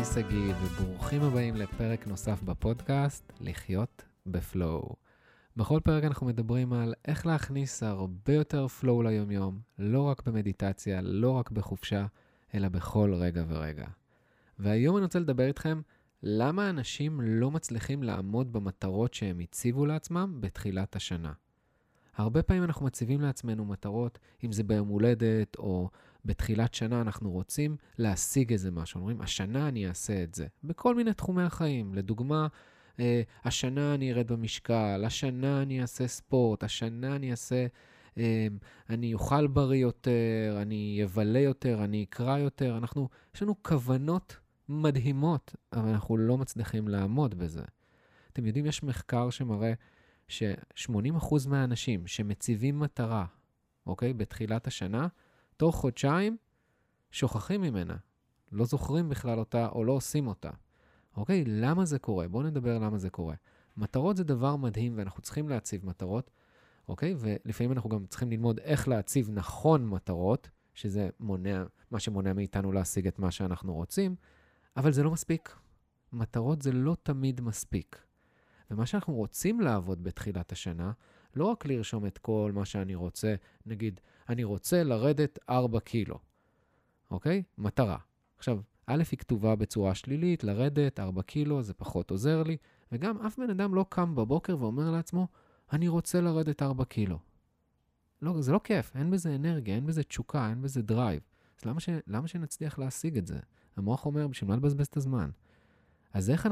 אני סגי, וברוכים הבאים לפרק נוסף בפודקאסט, לחיות בפלואו. בכל פרק אנחנו מדברים על איך להכניס הרבה יותר פלואו ליומיום, לא רק במדיטציה, לא רק בחופשה, אלא בכל רגע ורגע. והיום אני רוצה לדבר איתכם למה אנשים לא מצליחים לעמוד במטרות שהם הציבו לעצמם בתחילת השנה. הרבה פעמים אנחנו מציבים לעצמנו מטרות, אם זה ביום הולדת או בתחילת שנה אנחנו רוצים להשיג איזה משהו. אומרים, השנה אני אעשה את זה. בכל מיני תחומי החיים. לדוגמה, השנה אני ארד במשקל, השנה אני אעשה ספורט, השנה אני אוכל בריא יותר, אני אבלה יותר, אני אקרא יותר. יש לנו כוונות מדהימות, אבל אנחנו לא מצליחים לעמוד בזה. אתם יודעים, יש מחקר שמראה ש80% מהאנשים שמציבים מטרה, אוקיי, בתחילת השנה, תוך חודשיים שוכחים ממנה. לא זוכרים בכלל אותה או לא עושים אותה. אוקיי, למה זה קורה? בואו נדבר למה זה קורה. מטרות זה דבר מדהים ואנחנו צריכים להציב מטרות, אוקיי? ולפעמים אנחנו גם צריכים ללמוד איך להציב נכון מטרות, שזה מה שמונע מאיתנו להשיג את מה שאנחנו רוצים, אבל זה לא מספיק. מטרות זה לא תמיד מספיק. ומה שאנחנו רוצים לעבוד בתחילת השנה, לא רק לרשום את כל מה שאני רוצה, נגיד, אני רוצה לרדת 4 קילו, אוקיי? מטרה. עכשיו, א' היא כתובה בצורה שלילית, לרדת 4 קילו, זה פחות עוזר לי, וגם אף בן אדם לא קם בבוקר ואומר לעצמו, אני רוצה לרדת 4 קילו. לא, זה לא כיף, אין בזה אנרגיה, אין בזה תשוקה, אין בזה דרייב. אז למה שנצליח להשיג את זה? המוח אומר, בשביל מה לבזבז את הזמן? אז איך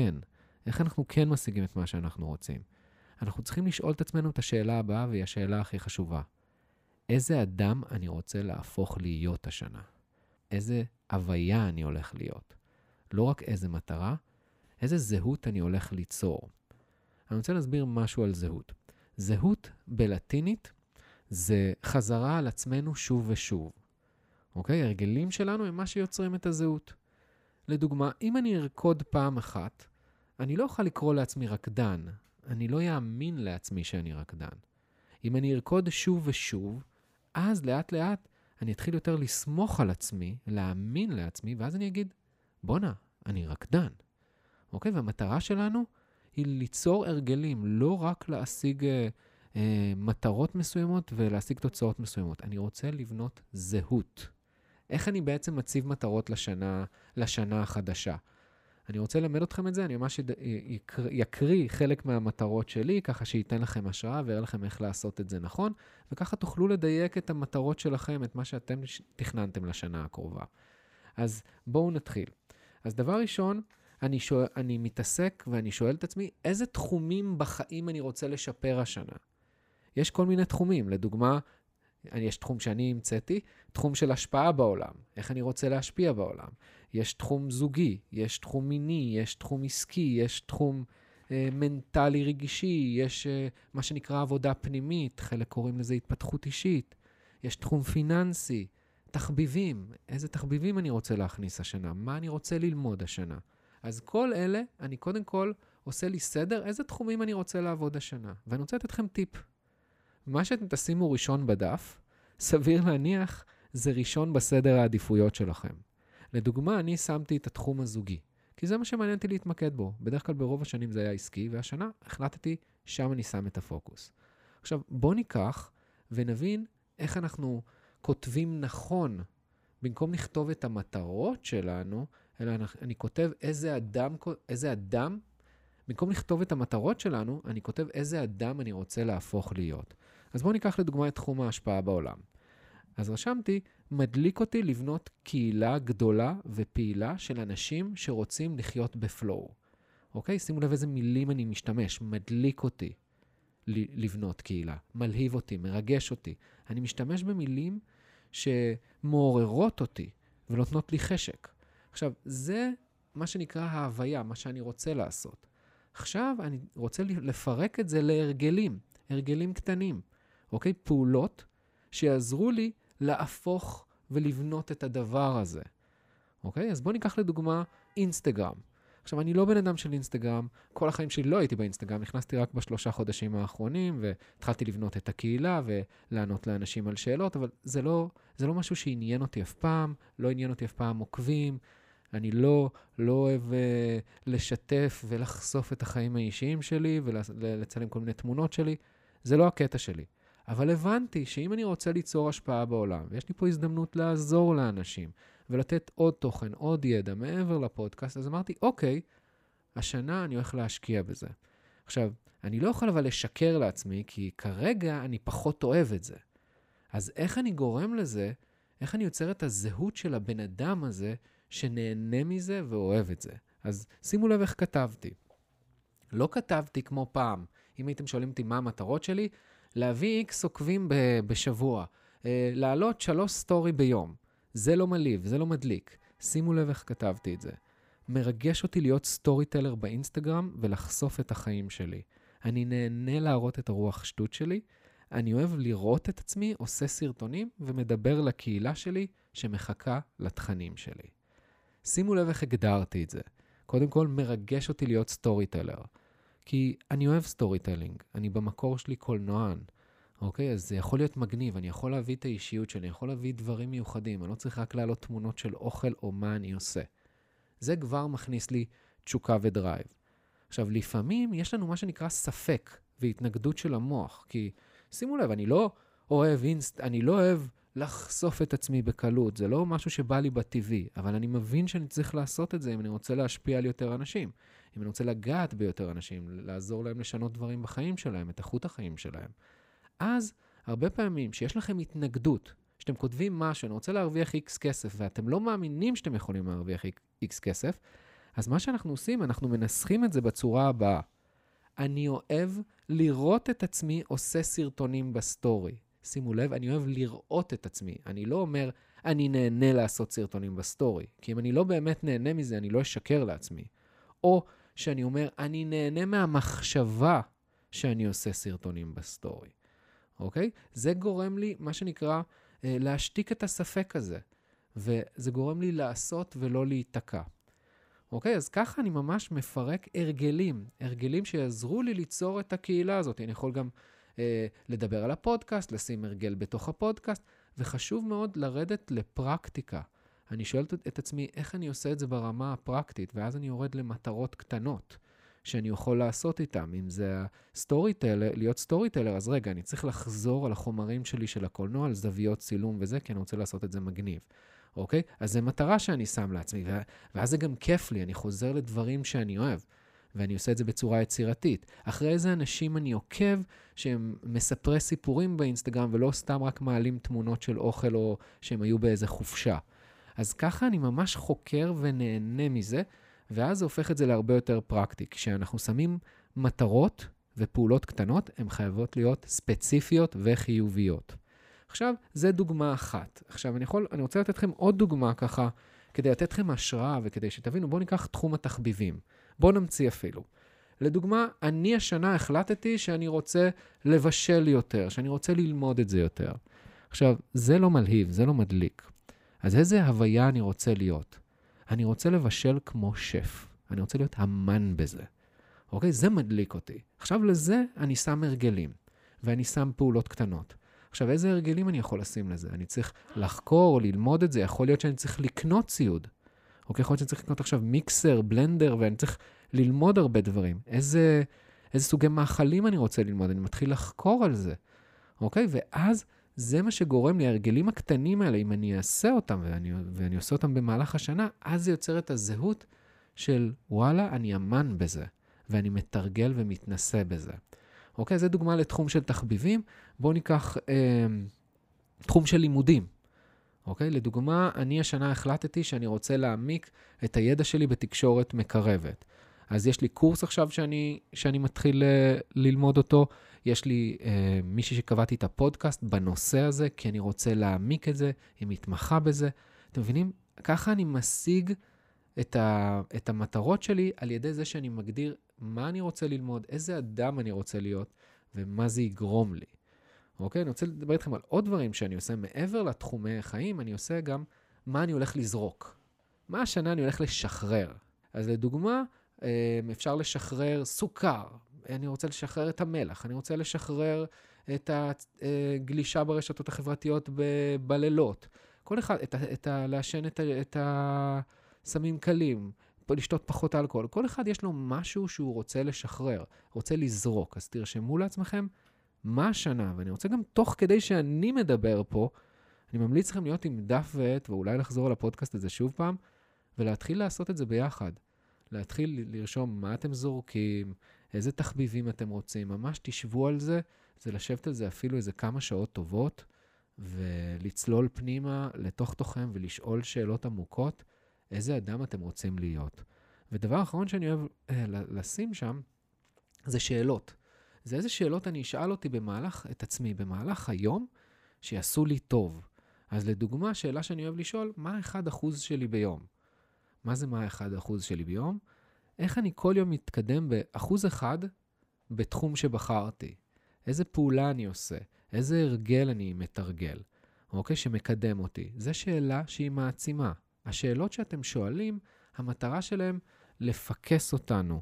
אנחנו כן משיגים את מה שאנחנו רוצים? אנחנו צריכים לשאול את עצמנו את השאלה הבאה, והיא השאלה הכי חשובה. איזה אדם אני רוצה להפוך להיות השנה? איזה הוויה אני הולך להיות? לא רק איזה מטרה, איזה זהות אני הולך ליצור. אני רוצה להסביר משהו על זהות. זהות בלטינית זה חזרה על עצמנו שוב ושוב. אוקיי? הרגלים שלנו הם מה שיוצרים את הזהות. לדוגמה, אם אני ארקוד פעם אחת, אני לא אוכל לקרוא לעצמי רקדן. אני לא יאמין לעצמי שאני רקדן. אם אני ארקוד שוב ושוב, אז לאט לאט אני אתחיל יותר לסמוך על עצמי, להאמין לעצמי, ואז אני אגיד, בונה, אני רקדן. אוקיי? והמטרה שלנו היא ליצור הרגלים, לא רק להשיג מטרות מסוימות ולהשיג תוצאות מסוימות. אני רוצה לבנות זהות. איך אני בעצם מציב מטרות לשנה החדשה? אני רוצה ללמד אתכם את זה, אני ממש יקריא חלק מהמטרות שלי, ככה שייתן לכם השראה ויראה לכם איך לעשות את זה נכון, וככה תוכלו לדייק את המטרות שלכם, את מה שאתם תכננתם לשנה הקרובה. אז בואו נתחיל. אז דבר ראשון, אני מתעסק ואני שואל את עצמי, איזה תחומים בחיים אני רוצה לשפר השנה? יש כל מיני תחומים, לדוגמה, יש תחום שאני המצאתי, תחום של השפעה בעולם, איך אני רוצה להשפיע בעולם. יש תחום זוגי, יש תחום מיני, יש תחום עסקי, יש תחום מנטלי רגישי, יש מה שנקרא עבודה פנימית, חלק קוראים לזה התפתחות אישית, יש תחום פיננסי, תחביבים, איזה תחביבים אני רוצה להכניס השנה, מה אני רוצה ללמוד השנה. אז כל אלה, אני קודם כל עושה לי סדר, איזה תחומים אני רוצה לעבוד השנה. ואני רוצה לתת לכם טיפ. מה שאתם תשימו ראשון בדף, סביר להניח, זה ראשון בסדר העדיפויות שלכם. לדוגמה, אני שמתי את התחום הזוגי, כי זה מה שמעניינתי להתמקד בו. בדרך כלל ברוב השנים זה היה עסקי, והשנה החלטתי, שם אני שם את הפוקוס. עכשיו, בואו ניקח ונבין איך אנחנו כותבים נכון, במקום לכתוב את המטרות שלנו, אלא אני כותב איזה אדם, במקום לכתוב את המטרות שלנו, אני כותב איזה אדם אני רוצה להפוך להיות. אז בואו ניקח לדוגמה את תחום ההשפעה בעולם. אז רשמתי, מדליק אותי לבנות קהילה גדולה ופעילה של אנשים שרוצים לחיות בפלואו. אוקיי? שימו לב איזה מילים אני משתמש. מדליק אותי לבנות קהילה. מלהיב אותי, מרגש אותי. אני משתמש במילים שמעוררות אותי ונותנות לי חשק. עכשיו, זה מה שנקרא ההוויה, מה שאני רוצה לעשות. עכשיו אני רוצה לפרק את זה להרגלים, הרגלים קטנים. אוקיי? פעולות שיעזרו לי להפוך ולבנות את הדבר הזה. אוקיי? אז בואו ניקח לדוגמה אינסטגרם. עכשיו, אני לא בן אדם של אינסטגרם, כל החיים שלי לא הייתי באינסטגרם, נכנסתי רק ב3 חודשים האחרונים, והתחלתי לבנות את הקהילה ולענות לאנשים על שאלות, אבל זה לא משהו שעניין אותי אף פעם, לא עניין אותי אף פעם עוקבים, אני לא אוהב לשתף ולחשוף את החיים האישיים שלי ולצלם כל מיני תמונות שלי. זה לא הקטע שלי. אבל הבנתי שאם אני רוצה ליצור השפעה בעולם, ויש לי פה הזדמנות לעזור לאנשים, ולתת עוד תוכן, עוד ידע מעבר לפודקאסט, אז אמרתי, אוקיי, השנה אני הולך להשקיע בזה. עכשיו, אני לא יכול אבל לשקר לעצמי, כי כרגע אני פחות אוהב את זה. אז איך אני גורם לזה, איך אני יוצר את הזהות של הבן אדם הזה, שנהנה מזה ואוהב את זה. אז שימו לב איך כתבתי. לא כתבתי כמו פעם. אם הייתם שואלים אותי מה המטרות שלי, להביא X עוקבים בשבוע, לעלות 3 סטורי ביום. זה לא מליב, זה לא מדליק. שימו לב איך כתבתי את זה. מרגש אותי להיות סטורי טלר באינסטגרם ולחשוף את החיים שלי. אני נהנה להראות את הרוח שטות שלי. אני אוהב לראות את עצמי, עושה סרטונים ומדבר לקהילה שלי שמחכה לתכנים שלי. שימו לב איך הגדרתי את זה. קודם כל, מרגש אותי להיות סטורי טלר. כי אני אוהב סטורי טלינג. אני במקור שלי קולנוען. אוקיי? אז זה יכול להיות מגניב. אני יכול להביא את האישיות שלי, אני יכול להביא דברים מיוחדים. אני לא צריך רק להעלות תמונות של אוכל או מה אני עושה. זה כבר מכניס לי תשוקה ודרייב. עכשיו, לפעמים יש לנו מה שנקרא ספק והתנגדות של המוח. כי שימו לב, אני לא אוהב לחשוף את עצמי בקלות. זה לא משהו שבא לי בטבעי, אבל אני מבין שאני צריך לעשות את זה אם אני רוצה להשפיע על יותר אנשים. אם אני רוצה לגעת ביותר אנשים, לעזור להם לשנות דברים בחיים שלהם, את איכות החיים שלהם. אז, הרבה פעמים שיש לכם התנגדות, שאתם כותבים משהו, אני רוצה להרוויח X כסף, ואתם לא מאמינים שאתם יכולים להרוויח X כסף, אז מה שאנחנו עושים, אנחנו מנסחים את זה בצורה הבאה. אני אוהב לראות את עצמי עושה סרטונים בסטורי. שימו לב, אני אוהב לראות את עצמי. אני לא אומר, אני נהנה לעשות סרטונים בסטורי. כי אם אני לא באמת נהנה מזה, אני לא אשקר לעצמי. או שאני אומר, אני נהנה מהמחשבה שאני עושה סרטונים בסטורי. אוקיי? זה גורם לי, מה שנקרא, להשתיק את הספק הזה. וזה גורם לי לעשות ולא להיתקע. אוקיי? אז ככה אני ממש מפרק הרגלים שיעזרו לי ליצור את הקהילה הזאת. אני יכול גם לדבר על הפודקאסט, לשים הרגל בתוך הפודקאסט, וחשוב מאוד לרדת לפרקטיקה. אני שואל את עצמי איך אני עושה את זה ברמה הפרקטית, ואז אני יורד למטרות קטנות שאני יכול לעשות איתם. אם זה להיות סטורי טלר, אז רגע, אני צריך לחזור על החומרים שלי של הקולנוע, על זוויות צילום וזה, כי אני רוצה לעשות את זה מגניב. אוקיי? אז זו מטרה שאני שם לעצמי, ואז זה גם כיף לי, אני חוזר לדברים שאני אוהב, ואני עושה את זה בצורה יצירתית. אחרי איזה אנשים אני עוקב שהם מספרי סיפורים באינסטגרם, ולא סתם רק מעלים תמונות של אוכל, או שהם היו באיזה חופשה. אז ככה אני ממש חוקר ונהנה מזה, ואז זה הופך את זה להרבה יותר פרקטי. כשאנחנו שמים מטרות ופעולות קטנות, הן חייבות להיות ספציפיות וחיוביות. עכשיו, זה דוגמה אחת. עכשיו, אני רוצה לתת לכם עוד דוגמה ככה, כדי לתת לכם השראה וכדי שתבינו, בואו ניקח תחום התחביבים. בואו נמציא אפילו. לדוגמה, אני השנה החלטתי שאני רוצה לבשל יותר, שאני רוצה ללמוד את זה יותר. עכשיו, זה לא מלהיב, זה לא מדליק. אז איזה הוויה אני רוצה להיות? אני רוצה לבשל כמו שף. אני רוצה להיות אמן בזה. אוקיי? זה מדליק אותי. עכשיו לזה אני שם הרגלים, ואני שם פעולות קטנות. עכשיו, איזה הרגלים אני יכול לשים לזה? אני צריך לחקור, ללמוד את זה. יכול להיות שאני צריך לקנות ציוד. אוקיי? יכול להיות שאני צריך לקנות עכשיו מיקסר, בלנדר, ואני צריך ללמוד הרבה דברים. איזה סוגי מאכלים אני רוצה ללמוד? אני מתחיל לחקור על זה. אוקיי? ואז זה מה שגורם לי, ההרגלים הקטנים האלה, אם אני אעשה אותם, ואני עושה אותם במהלך השנה, אז זה יוצר את הזהות של, וואלה, אני אמן בזה. ואני מתרגל ומתנסה בזה. אוקיי, זה דוגמה לתחום של תחביבים. בואו ניקח תחום של לימודים. אוקיי, לדוגמה, אני השנה החלטתי שאני רוצה להעמיק את הידע שלי בתקשורת מקרבת. אז יש לי קורס עכשיו שאני מתחיל ללמוד אותו. יש לי מישהי שקבעתי את הפודקאסט בנושא הזה, כי אני רוצה להעמיק את זה, היא מתמחה בזה. אתם מבינים? ככה אני משיג את המטרות שלי על ידי זה שאני מגדיר מה אני רוצה ללמוד, איזה אדם אני רוצה להיות, ומה זה יגרום לי. אוקיי? אני רוצה לדבר איתכם על עוד דברים שאני עושה מעבר לתחומי חיים, אני עושה גם מה אני הולך לזרוק. מה השנה אני הולך לשחרר. אז לדוגמה, אפשר לשחרר סוכר. אני רוצה לשחרר את המלח. אני רוצה לשחרר את הגלישה ברשתות החברתיות בלילות. כל אחד, לעשן את סמים קלים, לשתות פחות אלכוהול. כל אחד יש לו משהו שהוא רוצה לשחרר, רוצה לזרוק. אז תרשמו לעצמכם מה השנה, ואני רוצה גם תוך כדי שאני מדבר פה, אני ממליץ לכם להיות עם דף ועט, ואולי לחזור על הפודקאסט הזה שוב פעם, ולהתחיל לעשות את זה ביחד. להתחיל לרשום מה אתם זורקים, איזה תחביבים אתם רוצים, ממש תשבו על זה, זה לשבת על זה אפילו איזה כמה שעות טובות, ולצלול פנימה לתוך תוכם ולשאול שאלות עמוקות, איזה אדם אתם רוצים להיות. ודבר אחרון שאני אוהב לשים שם, זה שאלות. זה איזה שאלות אני אשאל אותי את עצמי במהלך היום, שיעשו לי טוב. אז לדוגמה, שאלה שאני אוהב לשאול, מה 1% שלי ביום? מה זה מה 1% שלי ביום? איך אני כל יום מתקדם ב1% בתחום שבחרתי? איזה פעולה אני עושה? איזה הרגל אני מתרגל? אוקיי? שמקדם אותי. זו שאלה שהיא מעצימה. השאלות שאתם שואלים, המטרה שלהם לפקס אותנו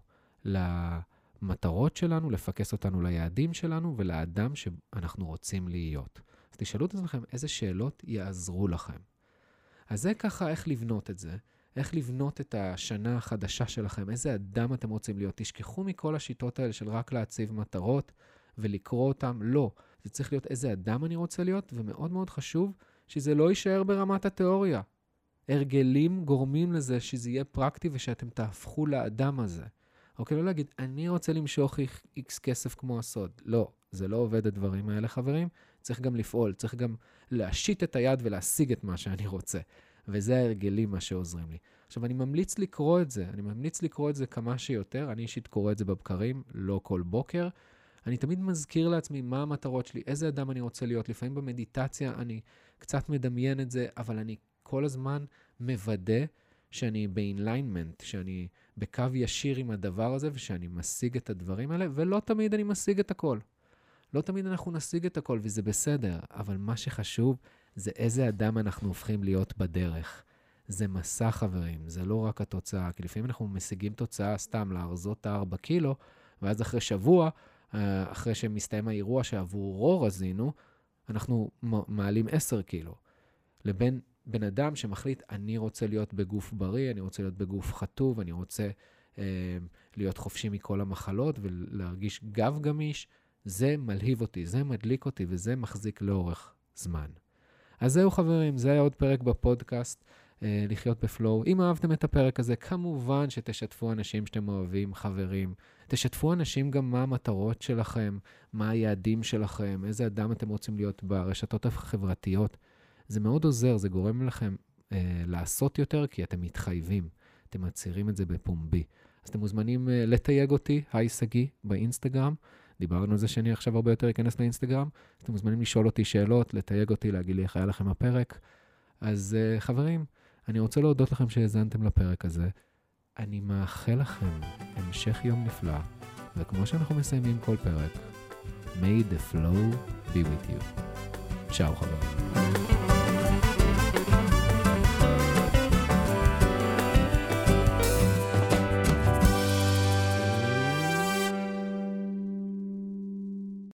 למטרות שלנו, לפקס אותנו ליעדים שלנו ולאדם שאנחנו רוצים להיות. אז תשאלו את עצמכם איזה שאלות יעזרו לכם. אז זה ככה איך לבנות את זה, איך לבנות את השנה החדשה שלכם, איזה אדם אתם רוצים להיות. תשכחו מכל השיטות האלה של רק להציב מטרות ולקרוא אותם. לא, זה צריך להיות איזה אדם אני רוצה להיות, ומאוד מאוד חשוב שזה לא יישאר ברמת התיאוריה. הרגלים גורמים לזה שזה יהיה פרקטי ושאתם תהפכו לאדם הזה. אוקיי, לא להגיד, אני רוצה למשוך X כסף כמו הסוד. לא, זה לא עובד הדברים האלה, חברים. צריך גם לפעול, צריך גם להשיט את היד ולהשיג את מה שאני רוצה. וזה ההרגלים מה שעוזרים לי. עכשיו, אני ממליץ לקרוא את זה. אני ממליץ לקרוא את זה כמה שיותר. אני אישית קורא את זה בבקרים, לא כל בוקר. אני תמיד מזכיר לעצמי מה המטרות שלי, איזה אדם אני רוצה להיות. לפעמים במדיטציה אני קצת מדמיין את זה, אבל אני כל הזמן מוודא שאני באינליינמנט, שאני בקו ישיר עם הדבר הזה, ושאני משיג את הדברים האלה, ולא תמיד אני משיג את הכל. לא תמיד אנחנו נשיג את הכל, וזה בסדר, אבל מה שחשוב זה איזה אדם אנחנו הופכים להיות בדרך. זה מסע, חברים, זה לא רק התוצאה, כי לפעמים אנחנו משיגים תוצאה סתם להרזות 4 קילו, ואז אחרי שבוע, אחרי שמסתיים האירוע שעבורו רזינו, אנחנו מעלים 10 קילו. לבין בן אדם שמחליט, אני רוצה להיות בגוף בריא, אני רוצה להיות בגוף חטוב, אני רוצה להיות חופשי מכל המחלות ולהרגיש גב גמיש, זה מלהיב אותי, זה מדליק אותי וזה מחזיק לאורך זמן. אז זהו חברים, זה היה עוד פרק בפודקאסט, לחיות בפלואו. אם אהבתם את הפרק הזה, כמובן שתשתפו אנשים שאתם אוהבים, חברים. תשתפו אנשים גם מה המטרות שלכם, מה היעדים שלכם, איזה אדם אתם רוצים להיות ברשתות החברתיות. זה מאוד עוזר, זה גורם לכם לעשות יותר, כי אתם מתחייבים. אתם מצהירים את זה בפומבי. אז אתם מוזמנים לתייג אותי, היי סגי, באינסטגרם. דיברנו על זה שאני עכשיו הרבה יותר אכנס לאינסטגרם. אתם מוזמנים לשאול אותי שאלות, לתייג אותי, להגיד לי איך היה לכם הפרק. אז חברים, אני רוצה להודות לכם שהאזנתם לפרק הזה. אני מאחל לכם המשך יום נפלא, וכמו שאנחנו מסיימים כל פרק, may the flow be with you. צ'או חברים.